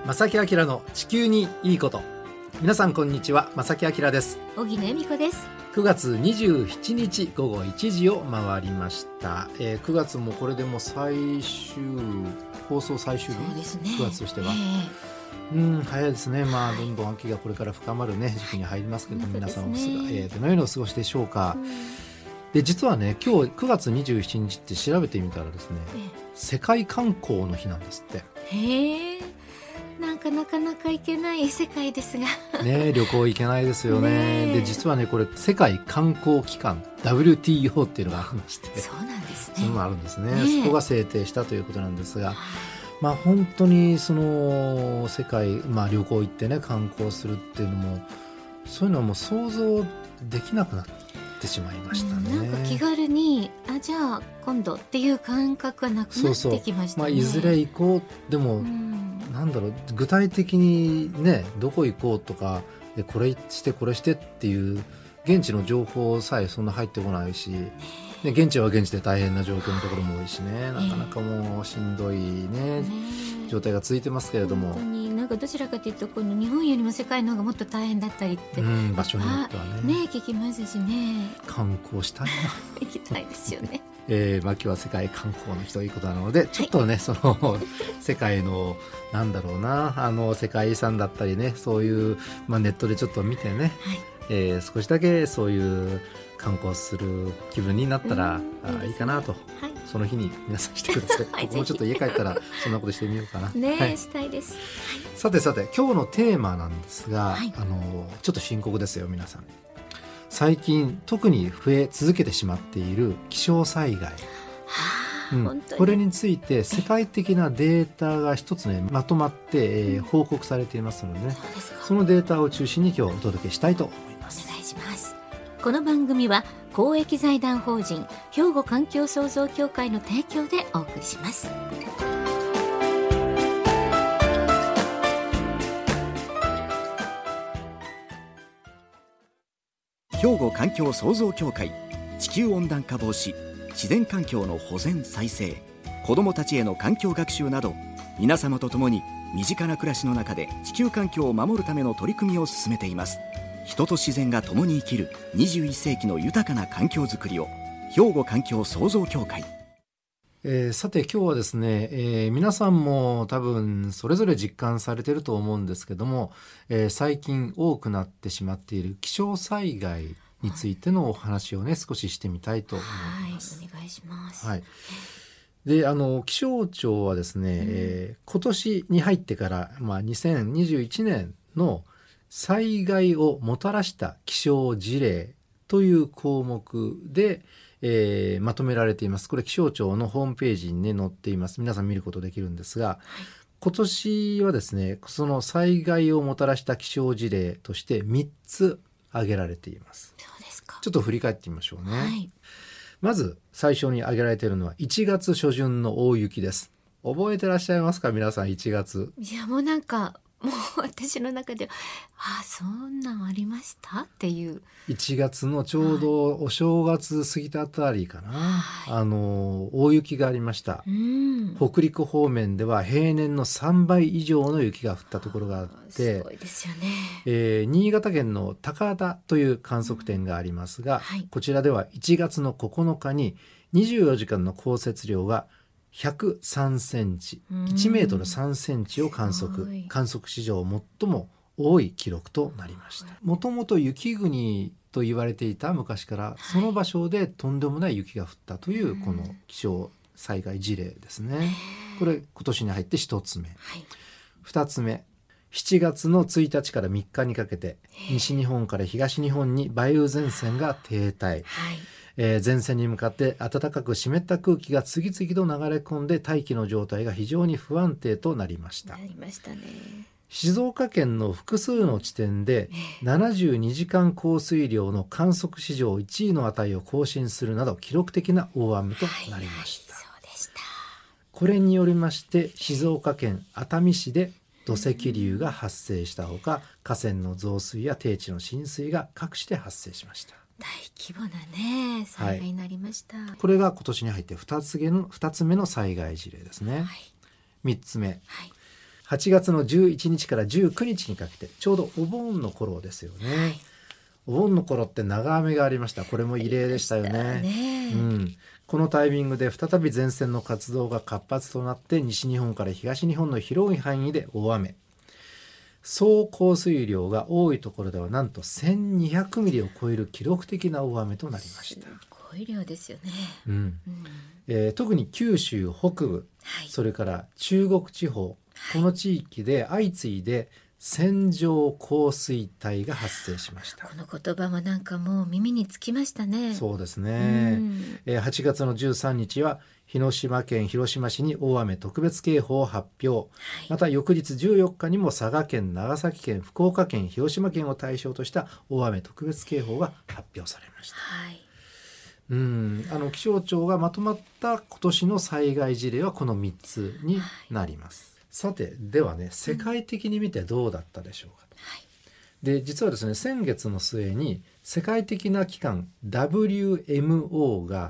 正木明の地球にいいこと。皆さんこんにちは、正木明です。 小木恵美子です。 9月27日午後1時を回りました。9月もこれでも放送最終日。 そうですね、 9月としては、早いですね。どんどん秋がこれから深まるね時期に入りますけれども、皆さんどのようにお過ごしでしょうか。で実はね、今日9月27日って調べてみたらですね、世界観光の日なんですって。 なかなか行けない世界ですがね、旅行行けないですよね。で実はね、これ世界観光機関 WTO っていうのがありまして、 そうなんですね。 そういうのがあるんですね。そこが制定したということなんですが、本当にその世界、旅行行ってね観光するっていうのも、そういうのはもう想像できなくなってしまいましたね。 なんか気軽にじゃあ今度っていう感覚はなくなってきましたね。 いずれ行こう。でも、具体的にね、どこ行こうとかで、これしてこれしてっていう現地の情報さえそんな入ってこないし、で現地は現地で大変な状況のところも多いしね、なかなかもうしんどいね状態が続いてますけれども、 本当になんかどちらかというとこの日本よりも世界の方がもっと大変だったりって、 場所によってはね聞きますしね。 観光したいな行きたいですよね今日は世界観光の日ということなので、ちょっとね、その世界の世界遺産だったりね、そういう、ネットでちょっと見てね、少しだけそういう観光する気分になったらいいかなと、その日に皆さんしてください。僕もちょっと家帰ったらそんなことしてみようかなしたいです。 さて今日のテーマなんですが、ちょっと深刻ですよ皆さん。最近特に増え続けてしまっている気象災害、これについて世界的なデータが一つねまとまって、報告されていますのでね、そのデータを中心に今日お届けしたいと思います。 お願いします。この番組は公益財団法人兵庫環境創造協会の提供でお送りします。 兵庫環境創造協会、地球温暖化防止、自然環境の保全再生、子どもたちへの環境学習など、皆様と共に身近な暮らしの中で地球環境を守るための取り組みを進めています。人と自然が共に生きる21世紀の豊かな環境づくりを、兵庫環境創造協会。 さて今日はですね、皆さんも多分それぞれ実感されていると思うんですけども、最近多くなってしまっている気象災害についてのお話をね、少ししてみたいと思います。 お願いします。 で気象庁はですね、今年に入ってから、2021年の災害をもたらした気象事例という項目でまとめられています。これ気象庁のホームページに、ね、載っています。皆さん見ることできるんですが、今年はですね、その災害をもたらした気象事例として3つ挙げられています。 そうですか。 ちょっと振り返ってみましょうね。まず最初に挙げられているのは1月初旬の大雪です。覚えてらっしゃいますか皆さん。1月、 いやもう私の中でそんなんありましたっていう。 1月のちょうどお正月過ぎたあたりかな、大雪がありました。北陸方面では平年の3倍以上の雪が降ったところがあって、 すごいですよね。 新潟県の高田という観測点がありますが、こちらでは1月の9日に24時間の降雪量が103センチ、1メートル3センチを観測史上最も多い記録となりました。もともと雪国と言われていた昔から、その場所でとんでもない雪が降ったというこの気象災害事例ですね。これ今年に入って1つ目。2つ目、7月の1日から3日にかけて西日本から東日本に梅雨前線が停滞、前線に向かって暖かく湿った空気が次々と流れ込んで、大気の状態が非常に不安定となりました。静岡県の複数の地点で72時間降水量の観測史上1位の値を更新するなど、記録的な大雨となりました。これによりまして静岡県熱海市で土石流が発生したほか、河川の増水や低地の浸水が各地で発生しました。 大規模な災害になりました。 これが今年に入って2つ目の災害事例ですね。3つ目、 8月の11日から19日にかけてちょうどお盆の頃ですよね、はい、お盆の頃って長雨がありました。これも異例でしたよね、このタイミングで再び前線の活動が活発となって西日本から東日本の広い範囲で大雨、総降水量が多いところではなんと1200ミリを超える記録的な大雨となりました。 すごい量ですよね、 特に九州北部、はい、それから中国地方、この地域で相次いで線状降水帯が発生しました。 この言葉もなんかもう耳につきましたね。 そうですね、8月の13日は広島県広島市に大雨特別警報を発表、また翌日14日にも佐賀県、長崎県、福岡県、広島県を対象とした大雨特別警報が発表されました、気象庁がまとまった今年の災害事例はこの3つになります、さてではね、世界的に見てどうだったでしょうか、で実はですね、先月の末に世界的な機関 WMO が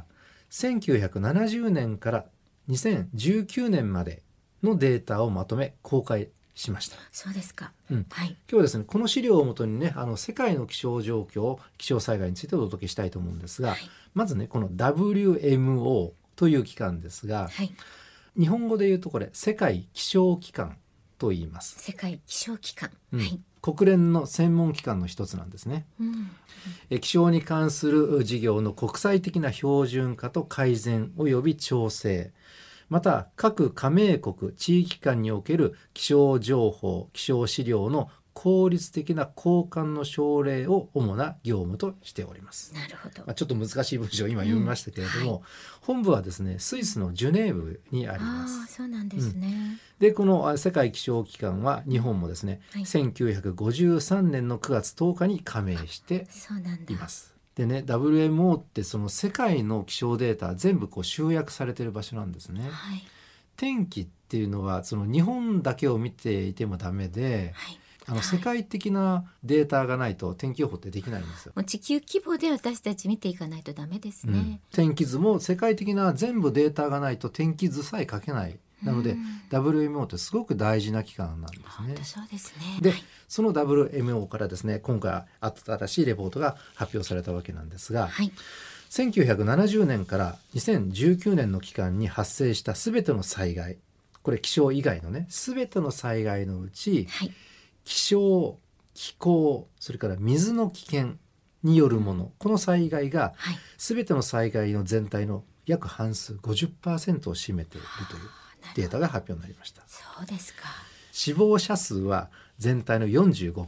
1970年から2019年までのデータをまとめ公開しました。 そうですか、 今日はですね、この資料をもとにね、世界の気象状況、気象災害についてお届けしたいと思うんですが、まずね、この WMO という機関ですが、日本語で言うとこれ世界気象機関と言います。 世界気象機関、 国連の専門機関の一つなんですね、気象に関する事業の国際的な標準化と改善及び調整、また各加盟国地域間における気象情報、気象資料の効率的な交換の奨励を主な業務としております。 なるほど、 ちょっと難しい文章を今読みましたけれども、本部はですね、スイスのジュネーブにあります。 そうなんですね、 でこの世界気象機関は日本もですね、1953年の9月10日に加盟しています。でね、WMO ってその世界の気象データ全部集約されている場所なんですね、天気っていうのはその日本だけを見ていてもダメで、世界的なデータがないと天気予報ってできないんですよ。 もう地球規模で私たち見ていかないとダメですね、 天気図も世界的な全部データがないと天気図さえ書けない。なので、WMO ってすごく大事な機関なんですね。 そうですね。 で、その WMO からですね、今回新しいレポートが発表されたわけなんですが、1970年から2019年の期間に発生したすべての災害、これ気象以外のね、すべての災害のうち、気象、気候、それから水の危険によるもの、この災害がすべての災害の全体の約半数 50% を占めているというデータが発表になりました。 そうですか。 死亡者数は全体の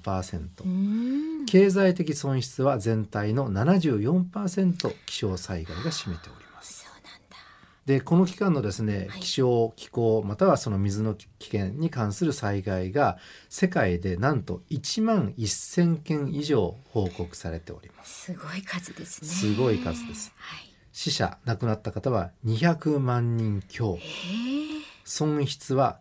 45%、経済的損失は全体の 74% 気象災害が占めております。 そうなんだ。 でこの期間のですね、気象、気候またはその水の危険に関する災害が世界でなんと1万1000件以上報告されております。 すごい数ですね。 すごい数です、死者亡くなった方は200万人強、損失は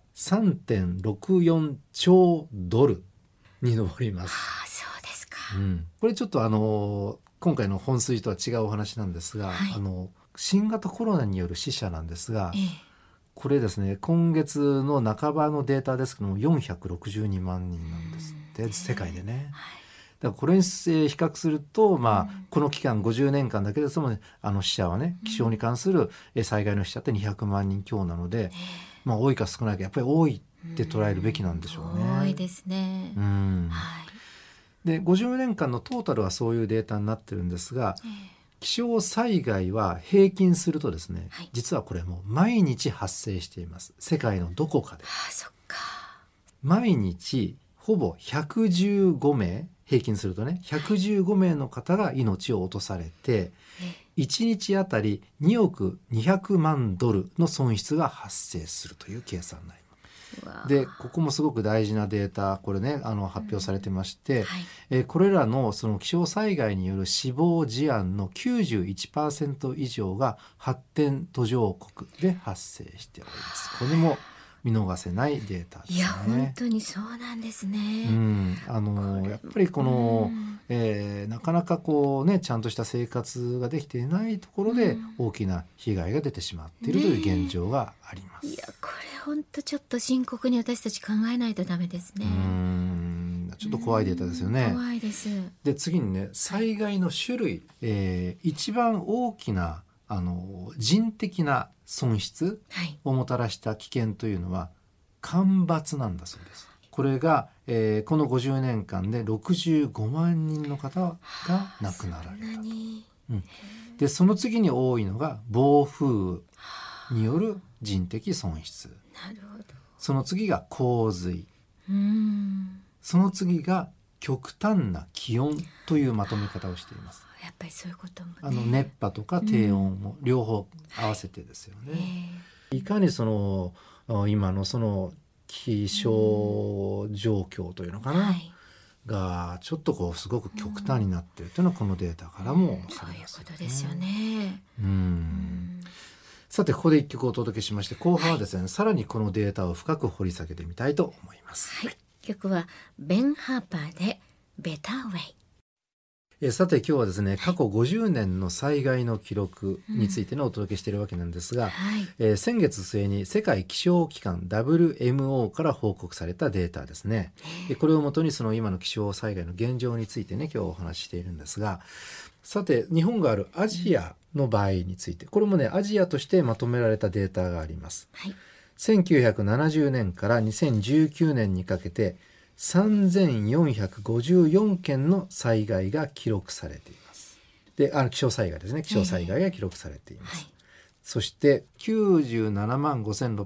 3.64 兆ドルに上ります。 そうですか、 これちょっと今回の本筋とは違うお話なんですが、新型コロナによる死者なんですが、これですね、今月の半ばのデータですけども462万人なんですって、世界でね、だからこれに比較すると、この期間50年間だけですもんね、死者はね、気象に関する災害の死者って200万人強なので、多いか少ないかやっぱり多いって捉えるべきなんでしょうね。 多いですね。 で50年間のトータルはそういうデータになってるんですが、気象災害は平均するとですね、実はこれもう毎日発生しています。世界のどこかで。 そっか。 毎日ほぼ115名、平均するとね、115名の方が命を落とされて、1日あたり2億200万ドルの損失が発生するという計算になります。でここもすごく大事なデータ、これね発表されてまして、これらのその気象災害による死亡事案の 91% 以上が発展途上国で発生しております。これも見逃せないデータですね。 いや本当にそうなんですね。 やっぱりこの、なかなかちゃんとした生活ができていないところで大きな被害が出てしまっているという現状があります。 いやこれ本当ちょっと深刻に私たち考えないとダメですね。 ちょっと怖いデータですよね。 怖いです。 で次にね、災害の種類、一番大きな人的な損失をもたらした危険というのは干ばつなんだそうです。これが、この50年間で65万人の方が亡くなられたと。でその次に多いのが暴風による人的損失。 なるほど。 その次が洪水。その次が極端な気温というまとめ方をしています。 やっぱりそういうこともね。 熱波とか低温も両方合わせてですよね。いかにその今のその気象状況というのかな、がちょっとこうすごく極端になっているというのはこのデータからも分かりますよね。 そういうことですよね。 さてここで一曲お届けしまして、後半はですね、さらにこのデータを深く掘り下げてみたいと思います。 曲はベン・ハーパーでベターウェイ。 さて今日はですね、過去50年の災害の記録についてのお届けしているわけなんですが、先月末に世界気象機関 WMO から報告されたデータですね。これをもとにその今の気象災害の現状についてね、今日お話ししているんですが、さて日本があるアジアの場合について、これもねアジアとしてまとめられたデータがあります。1970年から2019年にかけて3454件の災害が記録されています。で、気象災害ですね。気象災害が記録されています。そして97万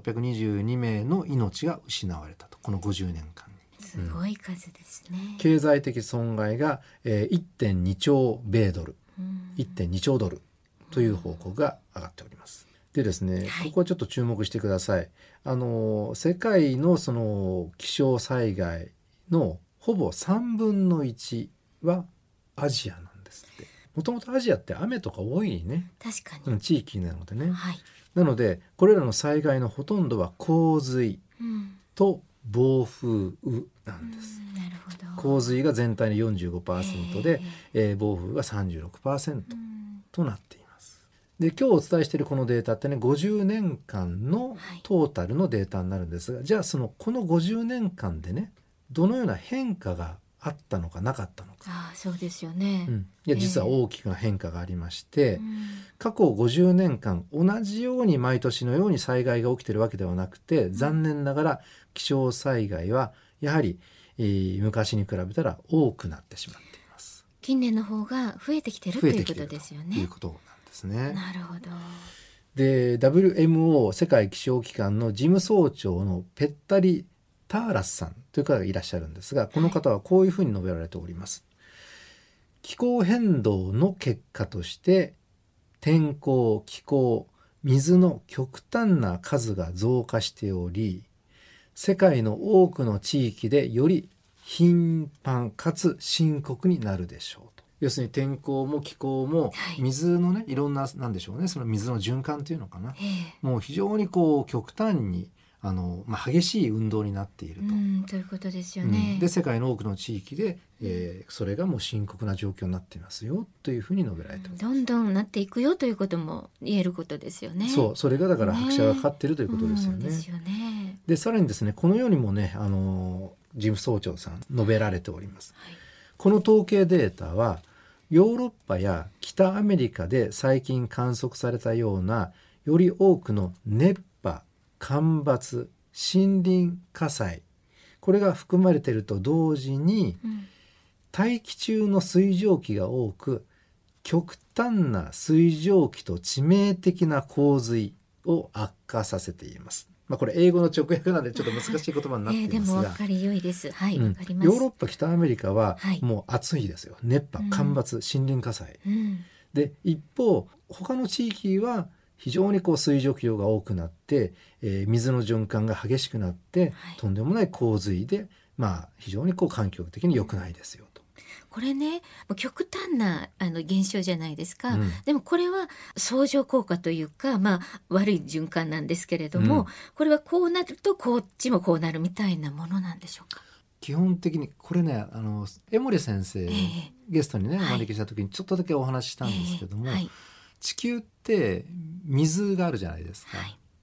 5622名の命が失われたと、この50年間に。 すごい数ですね。 経済的損害が、1.2 兆米ドル、1.2 兆ドルという報告が上がっております。でですね、ここはちょっと注目してください。世界のその気象災害のほぼ3分の1はアジアなんですって。もともとアジアって雨とか多いね、 確かに地域なのでね、なのでこれらの災害のほとんどは洪水と暴風雨なんです。 なるほど。 洪水が全体の 45% で、暴風が 36% となっています。で今日お伝えしているこのデータってね、50年間のトータルのデータになるんですが、じゃあこの50年間でね、どのような変化があったのかなかったのか。 そうですよね。 いや実は大きな変化がありまして、過去50年間同じように毎年のように災害が起きているわけではなくて、残念ながら気象災害はやはり、昔に比べたら多くなってしまっています。 近年の方が増えてきてるということですよね。 ということなんですね。 なるほど。 で WMO 世界気象機関の事務総長のペッタリ・ターラスさんという方がいらっしゃるんですが、この方はこういうふうに述べられております。気候変動の結果として天候、気候、水の極端な数が増加しており、世界の多くの地域でより頻繁かつ深刻になるでしょうと。要するに天候も気候も水のね、いろんななんでしょうね、その水の循環というのかな、もう非常にこう極端に激しい運動になっているということですよね。 で世界の多くの地域で、それがもう深刻な状況になっていますよというふうに述べられています。 どんどんなっていくよということも言えることですよね。 それがだから拍車がかかっているということですよね。 ですよね。 でさらにですね、このようにもね、事務総長さん述べられております。この統計データはヨーロッパや北アメリカで最近観測されたようなより多くの熱波、干ばつ、森林火災、これが含まれていると同時に、大気中の水蒸気が多く極端な水蒸気と致命的な洪水を悪化させています。これ英語の直訳なのでちょっと難しい言葉になっていますが、 でも分かり良いです。わかります。 ヨーロッパ、北アメリカはもう暑いですよ。熱波、干ばつ、森林火災、で一方他の地域は非常にこう水蒸気量が多くなって、水の循環が激しくなって、とんでもない洪水で、非常にこう環境的に良くないですよと。 これね、極端な現象じゃないですか、でもこれは相乗効果というか、悪い循環なんですけれども、これはこうなるとこっちもこうなるみたいなものなんでしょうか。 基本的にこれね、江森先生、ゲストにねお招きした時にちょっとだけお話ししたんですけども、地球って水があるじゃないですか。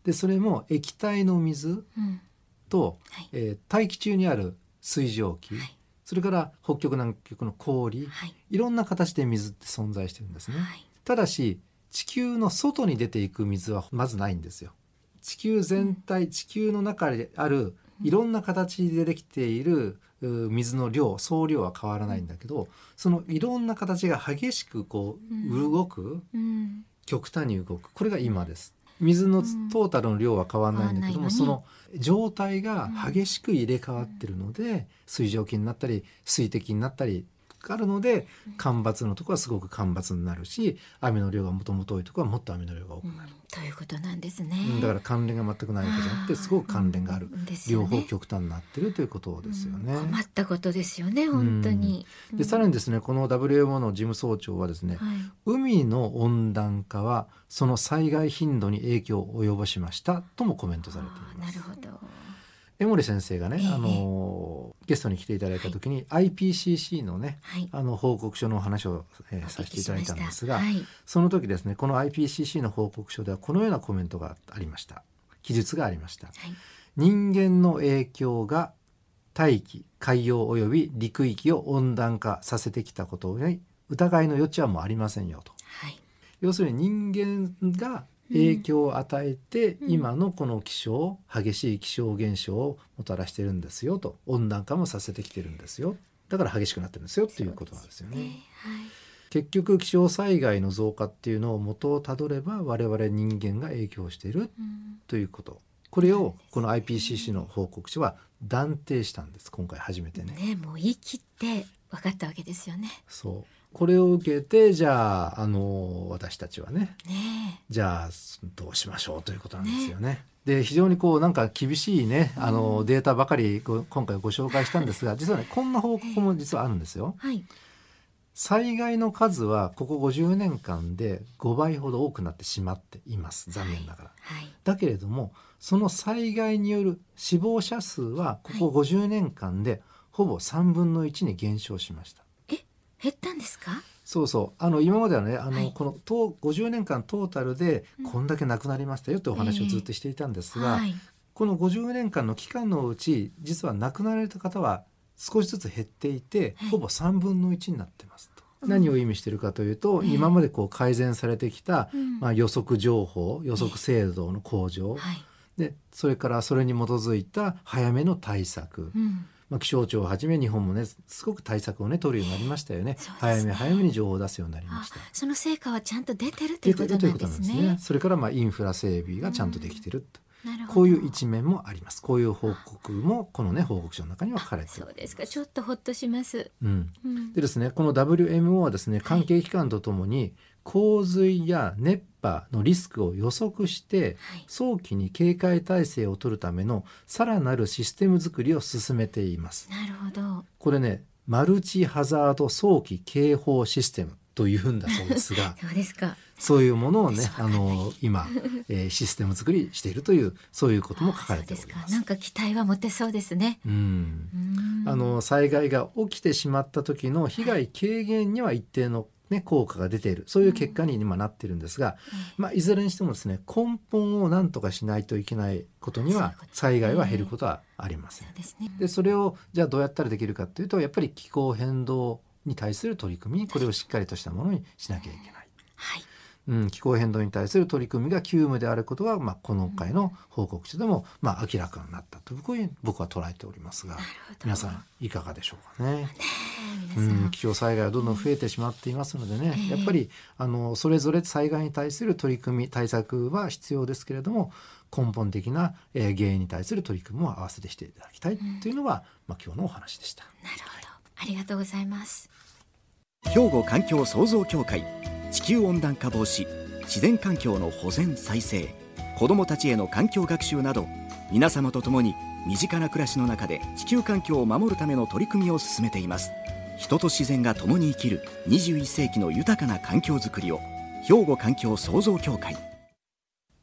でそれも液体の水と、大気中にある水蒸気、それから北極南極の氷、いろんな形で水って存在してるんですね。ただし地球の外に出ていく水はまずないんですよ。地球全体、地球の中であるいろんな形でできている水の量、総量は変わらないんだけど、そのいろんな形が激しくこう動く、極端に動く、これが今です。水のトータルの量は変わらないんだけども、その状態が激しく入れ替わってるので、水蒸気になったり水滴になったりあるので、干ばつのところはすごく干ばつになるし、雨の量がもともと多いところはもっと雨の量が多くなる、 ということなんですね。 だから関連が全くないわけじゃなくて、すごく関連がある、両方極端になってるということですよね。 困ったことですよね、本当に。 でさらにですね、この WMO の事務総長はですね、海の温暖化はその災害頻度に影響を及ぼしましたともコメントされています。 なるほど。 江森先生がね、ゲストに来ていただいた時に、IPCC のね、報告書のお話を、させていただいたんですが、その時ですね、この IPCC の報告書ではこのようなコメントがありました。記述がありました。人間の影響が大気、海洋および陸域を温暖化させてきたことに疑いの余地はもうありませんよと。要するに人間が影響を与えて、今のこの気象、激しい気象現象をもたらしてるんですよと、温暖化もさせてきてるんですよ、だから激しくなってるんですよということなんですよね。結局気象災害の増加っていうのを元をたどれば、我々人間が影響しているということ、これをこの IPCC の報告書は断定したんです。今回初めてね。 もう言い切って分かったわけですよね。 そう、これを受けて、じゃあ、私たちはね、じゃあどうしましょうということなんですよね。で非常にこうなんか厳しいね、データばかり今回ご紹介したんですが、実はね、こんな報告も実はあるんですよ。災害の数はここ50年間で5倍ほど多くなってしまっています。残念ながら。だけれども、その災害による死亡者数はここ50年間でほぼ3分の1に減少しました。 減ったんですか？ そうそう、今まではね、この50年間トータルでこんだけ亡くなりましたよというお話をずっとしていたんですが、この50年間の期間のうち、実は亡くなられた方は少しずつ減っていて、ほぼ3分の1になってますと。何を意味しているかというと、今までこう改善されてきた、予測情報、予測精度の向上、でそれからそれに基づいた早めの対策、気象庁をはじめ日本もね、すごく対策をね取るようになりましたよね。早めに情報を出すようになりました。 その成果はちゃんと出てるということなんですね。 それからインフラ整備がちゃんとできてると、こういう一面もあります。こういう報告もこのね報告書の中には書かれている。 そうですか、ちょっとほっとします。 でですね、この WMO はですね、関係機関とともに洪水や熱波のリスクを予測して、早期に警戒態勢を取るためのさらなるシステム作りを進めています。 なるほど。 これね、マルチハザード早期警報システムというんだそうですがそうですか。 そういうものをね、今、システム作りしているという、そういうことも書かれております。 なんか期待は持てそうですね。 災害が起きてしまった時の被害軽減には一定の効果が出ている、そういう結果に今なっているんですが、いずれにしてもですね、根本を何とかしないといけないことには災害は減ることはありません。でそれをじゃあどうやったらできるかというと、やっぱり気候変動に対する取り組み、これをしっかりとしたものにしなきゃいけない。気候変動に対する取り組みが急務であることは、この回の報告書でも明らかになったというふうに僕は捉えておりますが、皆さんいかがでしょうかね。気象災害はどんどん増えてしまっていますのでね、やっぱりそれぞれ災害に対する取り組み対策は必要ですけれども、根本的な原因に対する取り組みも合わせてしていただきたいというのが、今日のお話でした。 なるほど、ありがとうございます。 兵庫環境創造協会、地球温暖化防止、自然環境の保全再生、子どもたちへの環境学習など、皆様と共に身近な暮らしの中で地球環境を守るための取り組みを進めています。人と自然が共に生きる21世紀の豊かな環境づくりを、兵庫環境創造協会。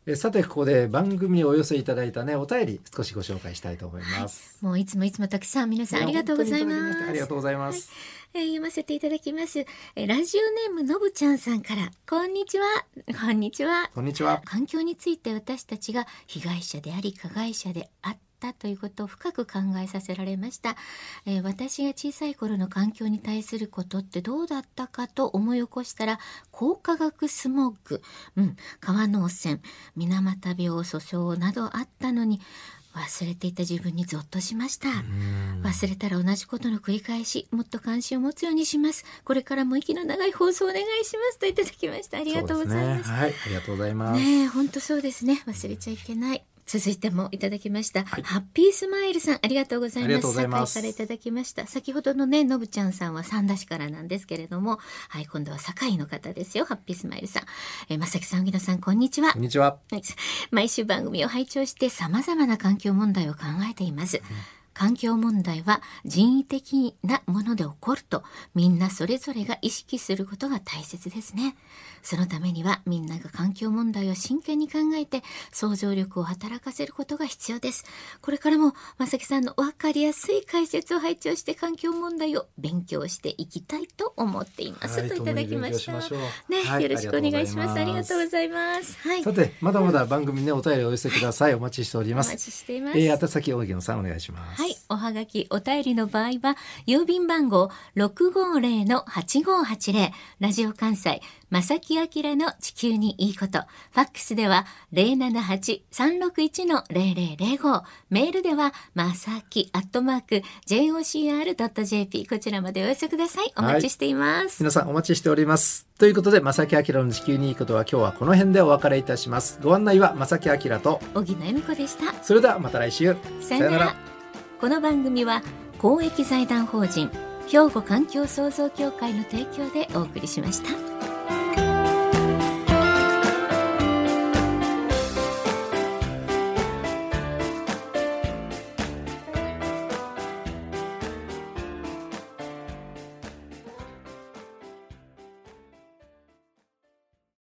さてここで番組にお寄せいただいたねお便り少しご紹介したいと思います。 もういつもたくさん皆さんありがとうございます。 ありがとうございます。 読ませていただきます。ラジオネームのぶちゃんさんから、こんにちは。こんにちは。 こんにちは。 環境について私たちが被害者であり加害者であったということを深く考えさせられました。私が小さい頃の環境に対することってどうだったかと思い起こしたら、光化学スモッグ、川の汚染、水俣病、訴訟などあったのに、忘れていた自分にゾッとしました。忘れたら同じことの繰り返し、もっと関心を持つようにします。これからも息の長い放送お願いしますといただきました。ありがとうございます。 はい、ありがとうございます。 本当そうですね。忘れちゃいけない。続いてもいただきました、ハッピースマイルさん、ありがとうございます。 ありがとうございます。 堺からいただきました。先ほどのねのぶちゃんさんは三田市からなんですけれども、今度は堺の方ですよ。ハッピースマイルさん、まさきさん、荻野さん、こんにちは。 こんにちは。 毎週番組を拝聴して様々な環境問題を考えています。環境問題は人為的なもので起こるとみんなそれぞれが意識することが大切ですね。そのためにはみんなが環境問題を真剣に考えて想像力を働かせることが必要です。これからもまさきさんの分かりやすい解説を拝聴して環境問題を勉強していきたいと思っています、といただきました。よろしくお願いします。ありがとうございます。 さてまだまだ番組ねお便りをお寄せください。お待ちしております。 お待ちしています。 宛先荻野さんお願いします。 おはがきお便りの場合は郵便番号 650-8580 ラジオ関西正木明の地球にいいこと、ファックスでは 078-361-0005、メールではまさき@jocr.jp、 こちらまでお寄せください。お待ちしています。 皆さんお待ちしております。ということで正木明の地球にいいことは今日はこの辺でお別れいたします。ご案内は正木明と荻野恵美子でした。 それではまた来週、 さよなら。この番組は公益財団法人兵庫環境創造協会の提供でお送りしました。